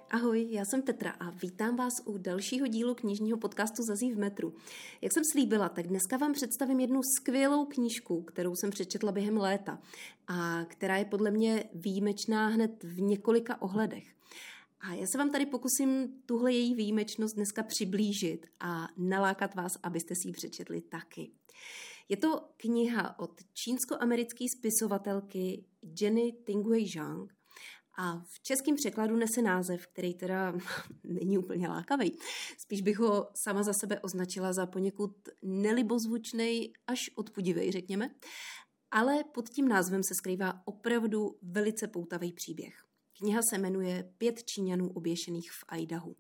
Ahoj, já jsem Petra a vítám vás u dalšího dílu knižního podcastu Zazí v metru. Jak jsem slíbila, tak dneska vám představím jednu skvělou knížku, kterou jsem přečetla během léta a která je podle mě výjimečná hned v několika ohledech. A já se vám tady pokusím tuhle její výjimečnost dneska přiblížit a nalákat vás, abyste si ji přečetli taky. Je to kniha od čínsko-americké spisovatelky Jenny Tingwei Zhang a v českém překladu nese název, který teda není úplně lákavý. Spíš bych ho sama za sebe označila za poněkud nelibozvučnej až odpudivej, řekněme. Ale pod tím názvem se skrývá opravdu velice poutavý příběh. Kniha se jmenuje 5 Číňanů oběšených v Idahu.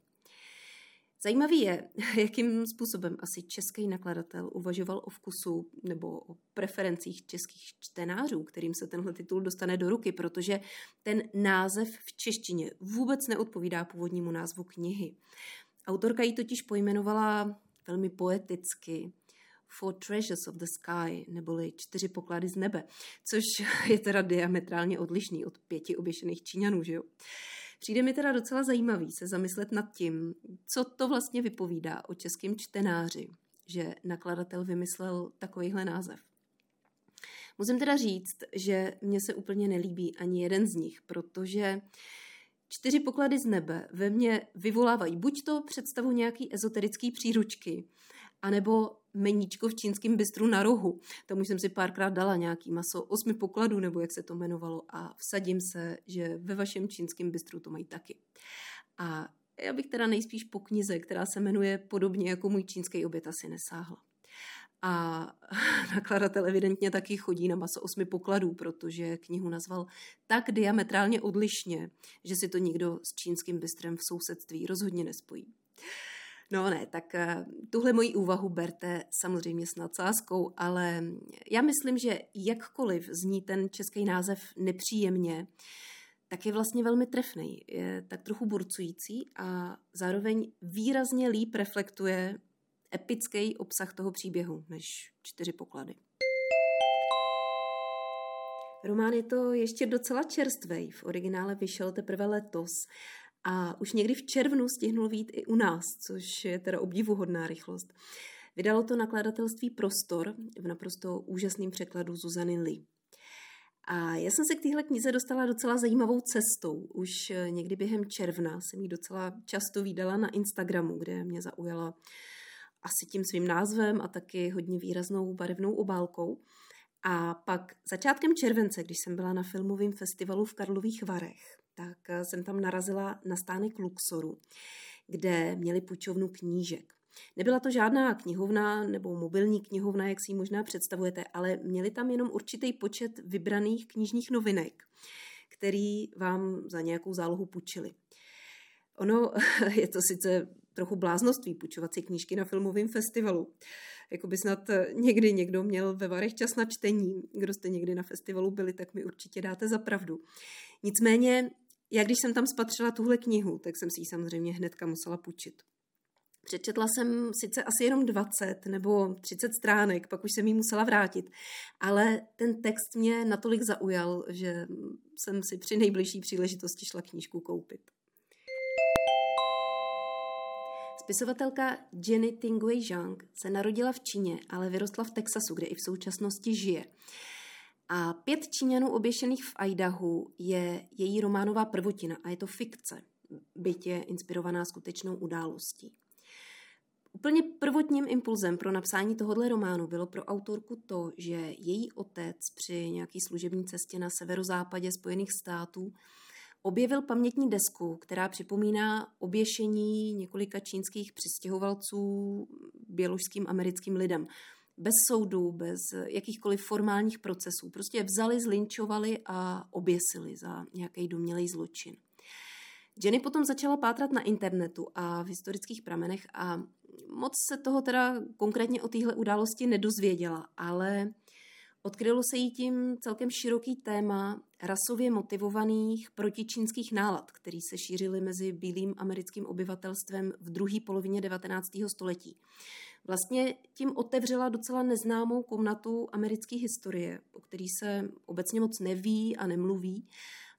Zajímavý je, jakým způsobem asi český nakladatel uvažoval o vkusu nebo o preferencích českých čtenářů, kterým se tenhle titul dostane do ruky, protože ten název v češtině vůbec neodpovídá původnímu názvu knihy. Autorka ji totiž pojmenovala velmi poeticky Four Treasures of the Sky, neboli 4 poklady z nebe, což je teda diametrálně odlišný od 5 oběšených Číňanů, že jo? Přijde mi teda docela zajímavý se zamyslet nad tím, co to vlastně vypovídá o českém čtenáři, že nakladatel vymyslel takovýhle název. Musím teda říct, že mně se úplně nelíbí ani jeden z nich, protože 4 poklady z nebe ve mně vyvolávají buď to představu nějaký ezoterický příručky, anebo meníčko v čínském bistru na rohu. Tam už jsem si párkrát dala nějaký maso 8 pokladů, nebo jak se to jmenovalo, a vsadím se, že ve vašem čínském bistru to mají taky. A já bych teda nejspíš po knize, která se jmenuje podobně jako Můj čínský oběd, asi nesáhla. A nakladatel evidentně taky chodí na maso 8 pokladů, protože knihu nazval tak diametrálně odlišně, že si to nikdo s čínským bistrem v sousedství rozhodně nespojí. No ne, tak tuhle moji úvahu berte samozřejmě s nadsázkou, ale já myslím, že jakkoliv zní ten český název nepříjemně, tak je vlastně velmi trefný, je tak trochu burcující a zároveň výrazně líp reflektuje epický obsah toho příběhu než 4 poklady. Román je to ještě docela čerstvej, v originále vyšel teprve letos a už někdy v červnu stihnul vyjít i u nás, což je teda obdivuhodná rychlost. Vydalo to nakladatelství Prostor v naprosto úžasném překladu Zuzany Li. A já jsem se k téhle knize dostala docela zajímavou cestou. Už někdy během června jsem ji docela často vídala na Instagramu, kde mě zaujala asi tím svým názvem a taky hodně výraznou barevnou obálkou. A pak začátkem července, když jsem byla na filmovém festivalu v Karlových Varech, tak jsem tam narazila na stánek Luxoru, kde měli půjčovnu knížek. Nebyla to žádná knihovna nebo mobilní knihovna, jak si ji možná představujete, ale měli tam jenom určitý počet vybraných knižních novinek, který vám za nějakou zálohu půjčili. Ono je to sice trochu bláznoství půjčovat si knížky na filmovém festivalu. Jako by snad někdy někdo měl ve Varech čas na čtení. Kdo jste někdy na festivalu byli, tak mi určitě dáte za pravdu. Nicméně, já když jsem tam spatřila tuhle knihu, tak jsem si ji samozřejmě hnedka musela půjčit. Přečetla jsem sice asi jenom 20 nebo 30 stránek, pak už jsem ji musela vrátit, ale ten text mě natolik zaujal, že jsem si při nejbližší příležitosti šla knížku koupit. Spisovatelka Jenny Tingwei Zhang se narodila v Číně, ale vyrostla v Texasu, kde i v současnosti žije. A 5 Číňanů oběšených v Idahu je její románová prvotina a je to fikce, byť je inspirovaná skutečnou událostí. Úplně prvotním impulzem pro napsání tohohle románu bylo pro autorku to, že její otec při nějaký služební cestě na severozápadě Spojených států objevil pamětní desku, která připomíná oběšení několika čínských přistěhovalců běložským americkým lidem. Bez soudu, bez jakýchkoliv formálních procesů. Prostě vzali, zlinčovali a oběsili za nějaký domnělej zločin. Jenny potom začala pátrat na internetu a v historických pramenech a moc se toho teda konkrétně o téhle události nedozvěděla, ale odkrylo se jí tím celkem široký téma rasově motivovaných protičínských nálad, který se šířily mezi bílým americkým obyvatelstvem v druhé polovině 19. století. Vlastně tím otevřela docela neznámou komnatu americké historie, o který se obecně moc neví a nemluví.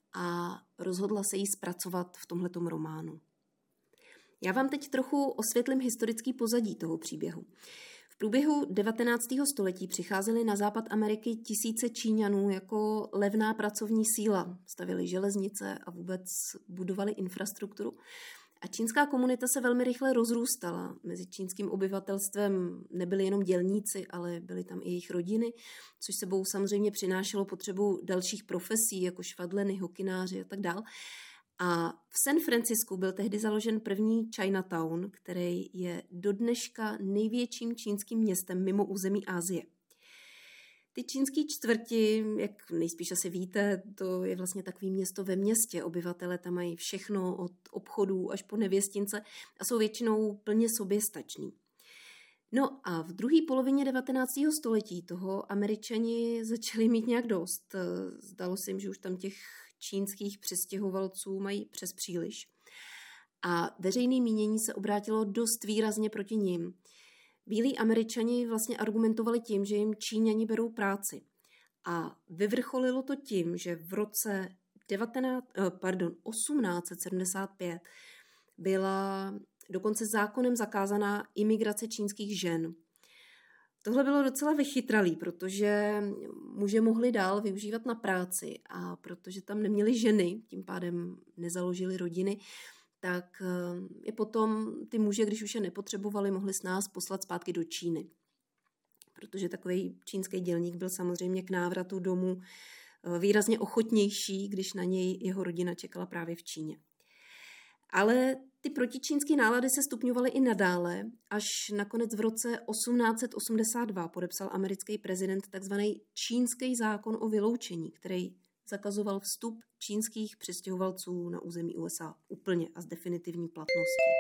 a rozhodla se jí zpracovat v tomhletom románu. Já vám teď trochu osvětlím historický pozadí toho příběhu. V průběhu 19. století přicházely na západ Ameriky tisíce Číňanů jako levná pracovní síla. Stavěli železnice a vůbec budovali infrastrukturu. A čínská komunita se velmi rychle rozrůstala. Mezi čínským obyvatelstvem nebyli jenom dělníci, ale byly tam i jejich rodiny, což sebou samozřejmě přinášelo potřebu dalších profesí, jako švadleny, hokináři a tak dál. A v San Francisku byl tehdy založen první Chinatown, který je do dneška největším čínským městem mimo území Asie. Ty čínský čtvrti, jak nejspíš asi víte, to je vlastně takový město ve městě. Obyvatele tam mají všechno od obchodů až po nevěstince a jsou většinou plně soběstační. No a v druhé polovině 19. století toho Američani začali mít nějak dost. Zdalo se jim, že už tam těch čínských přistěhovalců mají přes příliš. A veřejné mínění se obrátilo dost výrazně proti nim. Bílí Američani vlastně argumentovali tím, že jim Číňani berou práci. A vyvrcholilo to tím, že v roce 1875 byla dokonce zákonem zakázaná imigrace čínských žen. Tohle bylo docela vychytralý, protože muže mohli dál využívat na práci a protože tam neměli ženy, tím pádem nezaložili rodiny, tak je potom ty muže, když už je nepotřebovali, mohli s nás poslat zpátky do Číny. Protože takový čínský dělník byl samozřejmě k návratu domů výrazně ochotnější, když na něj jeho rodina čekala právě v Číně. Ale ty protičínské nálady se stupňovaly i nadále, až nakonec v roce 1882 podepsal americký prezident takzvaný čínský zákon o vyloučení, který zakazoval vstup čínských přistěhovalců na území USA úplně a s definitivní platností.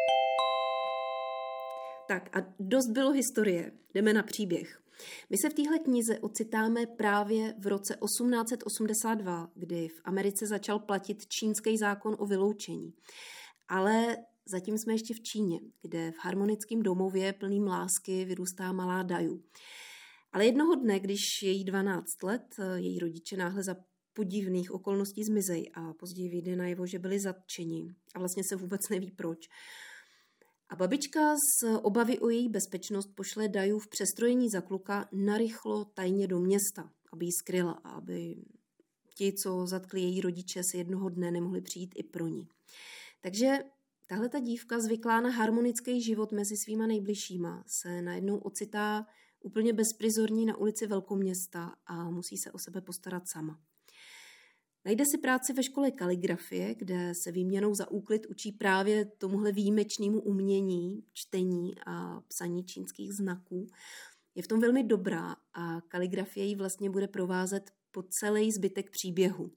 Tak a dost bylo historie, jdeme na příběh. My se v téhle knize ocitáme právě v roce 1882, kdy v Americe začal platit čínský zákon o vyloučení. Ale zatím jsme ještě v Číně, kde v harmonickém domově plným lásky vyrůstá malá Daju. Ale jednoho dne, když je jí 12 let, její rodiče náhle za podivných okolností zmizej a později vyjde najevo, že byli zatčeni a vlastně se vůbec neví proč. A babička z obavy o její bezpečnost pošle Daju v přestrojení za kluka narychlo tajně do města, aby ji skryla a aby ti, co zatkli její rodiče, se jednoho dne nemohli přijít i pro ní. Takže tahle ta dívka zvyklá na harmonický život mezi svýma nejbližšíma se najednou ocitá úplně bezprizorní na ulici velkoměsta a musí se o sebe postarat sama. Najde si práci ve škole kaligrafie, kde se výměnou za úklid učí právě tomuhle výjimečnému umění, čtení a psaní čínských znaků. Je v tom velmi dobrá a kaligrafie ji vlastně bude provázet po celý zbytek příběhu.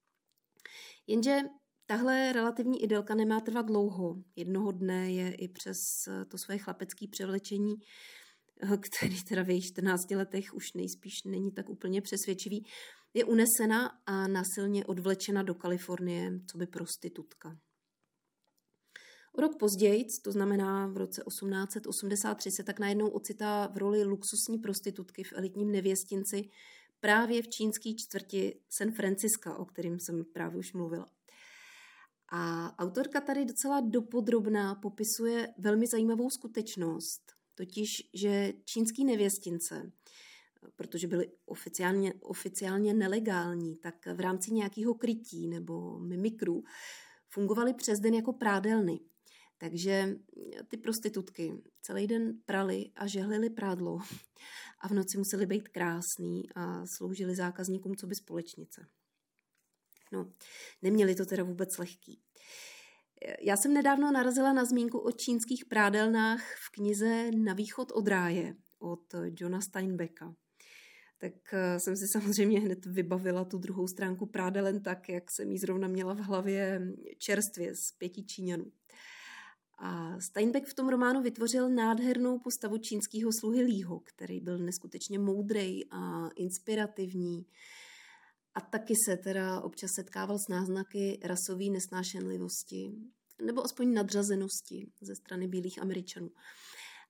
Jenže tahle relativní idylka nemá trvat dlouho. Jednoho dne je i přes to své chlapecké převlečení, který teda v jejich 14 letech už nejspíš není tak úplně přesvědčivý, je unesena a násilně odvlečena do Kalifornie, coby prostitutka. O rok později, to znamená v roce 1883, se tak najednou ocitá v roli luxusní prostitutky v elitním nevěstinci právě v čínské čtvrti San Francisca, o kterém jsem právě už mluvila. A autorka tady docela dopodrobná popisuje velmi zajímavou skutečnost, totiž, že čínský nevěstince, protože byly oficiálně nelegální, tak v rámci nějakého krytí nebo mimikru fungovaly přes den jako prádelny. Takže ty prostitutky celý den praly a žehlily prádlo a v noci musely být krásný a sloužily zákazníkům coby společnice. No, neměli to teda vůbec lehký. Já jsem nedávno narazila na zmínku o čínských prádelnách v knize Na východ od ráje od Johna Steinbecka. Tak jsem si samozřejmě hned vybavila tu druhou stránku prádelen tak, jak jsem jí zrovna měla v hlavě čerstvě z 5 Číňanů. A Steinbeck v tom románu vytvořil nádhernou postavu čínského sluhy Lího, který byl neskutečně moudrej a inspirativní. A taky se teda občas setkával s náznaky rasové nesnášenlivosti nebo aspoň nadřazenosti ze strany bílých Američanů.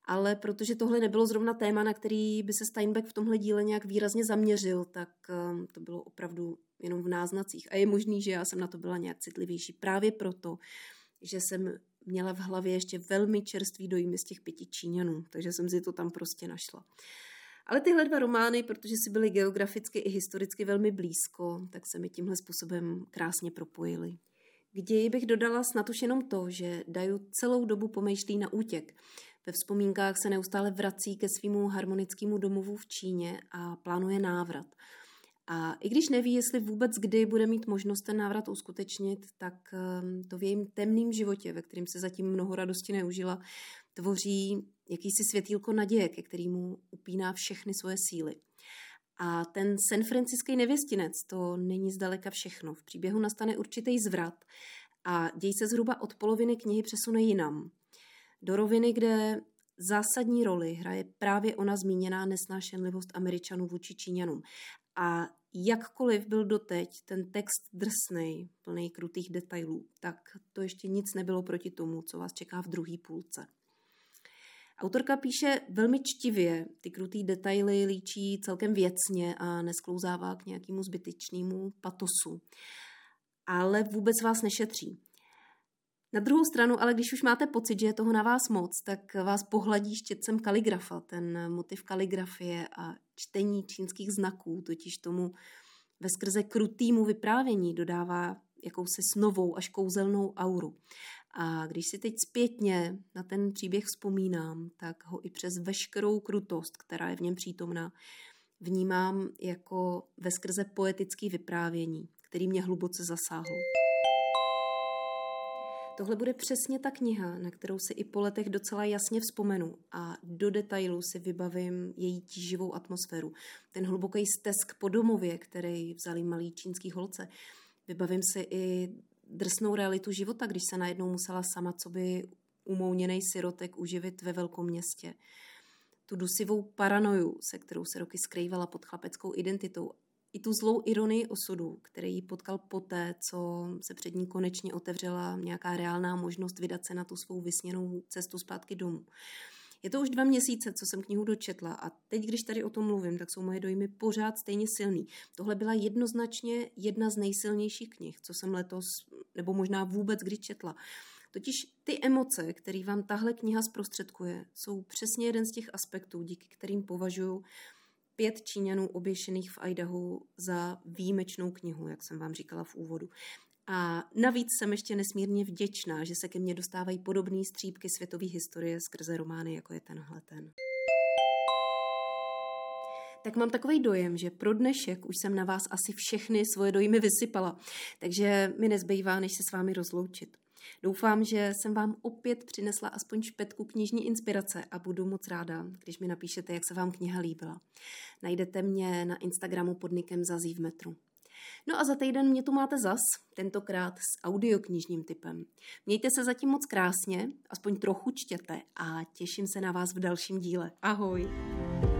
Ale protože tohle nebylo zrovna téma, na který by se Steinbeck v tomhle díle nějak výrazně zaměřil, tak to bylo opravdu jenom v náznacích. A je možný, že já jsem na to byla nějak citlivější právě proto, že jsem měla v hlavě ještě velmi čerstvý dojmy z těch 5 Číňanů, takže jsem si to tam prostě našla. Ale tyhle 2 romány, protože si byly geograficky i historicky velmi blízko, tak se mi tímhle způsobem krásně propojily. K ději bych dodala snad už jenom to, že Daju celou dobu pomýšlí na útěk. Ve vzpomínkách se neustále vrací ke svému harmonickému domovu v Číně a plánuje návrat. A i když neví, jestli vůbec kdy bude mít možnost ten návrat uskutečnit, tak to v jejím temném životě, ve kterém se zatím mnoho radosti neužila, tvoří jakýsi světýlko naděje, ke kterému upíná všechny svoje síly. A ten sanfranciský nevěstinec, to není zdaleka všechno. V příběhu nastane určitý zvrat a děj se zhruba od poloviny knihy přesune jinam. Do roviny, kde zásadní roli hraje právě ona zmíněná nesnášenlivost Američanů vůči Číňanům. A jakkoliv byl doteď ten text drsnej, plný krutých detailů, tak to ještě nic nebylo proti tomu, co vás čeká v druhé půlce. Autorka píše velmi čtivě, ty krutý detaily líčí celkem věcně a nesklouzává k nějakému zbytečnému patosu. Ale vůbec vás nešetří. Na druhou stranu, ale když už máte pocit, že je toho na vás moc, tak vás pohladí štětcem kaligrafa, ten motiv kaligrafie a čtení čínských znaků, totiž tomu veskrze krutýmu vyprávění dodává jakousi snovou až kouzelnou auru. A když si teď zpětně na ten příběh vzpomínám, tak ho i přes veškerou krutost, která je v něm přítomná, vnímám jako veskrze poetický vyprávění, který mě hluboce zasáhl. Tohle bude přesně ta kniha, na kterou si i po letech docela jasně vzpomenu a do detailu si vybavím její tíživou atmosféru. Ten hluboký stesk po domově, který vzali malý čínský holce. Vybavím si i drsnou realitu života, když se najednou musela sama coby umouněnej sirotek uživit ve velkom městě. Tu dusivou paranoju, se kterou se roky skrývala pod chlapeckou identitou. I tu zlou ironii osudu, který ji potkal poté, co se před ní konečně otevřela nějaká reálná možnost vydat se na tu svou vysněnou cestu zpátky domů. Je to už 2 měsíce, co jsem knihu dočetla a teď, když tady o tom mluvím, tak jsou moje dojmy pořád stejně silný. Tohle byla jednoznačně jedna z nejsilnějších knih, co jsem letos, nebo možná vůbec kdy četla. Totiž ty emoce, které vám tahle kniha zprostředkuje, jsou přesně jeden z těch aspektů, díky kterým považuji 5 Číňanů oběšených v Idahu za výjimečnou knihu, jak jsem vám říkala v úvodu. A navíc jsem ještě nesmírně vděčná, že se ke mně dostávají podobné střípky světové historie skrze romány, jako je tenhle ten. Tak mám takový dojem, že pro dnešek už jsem na vás asi všechny svoje dojmy vysypala, takže mi nezbývá, než se s vámi rozloučit. Doufám, že jsem vám opět přinesla aspoň špetku knižní inspirace a budu moc ráda, když mi napíšete, jak se vám kniha líbila. Najdete mě na Instagramu pod nickem Zazí v metru. No a za týden mě tu máte zas, tentokrát s audioknižním tipem. Mějte se zatím moc krásně, aspoň trochu čtěte a těším se na vás v dalším díle. Ahoj!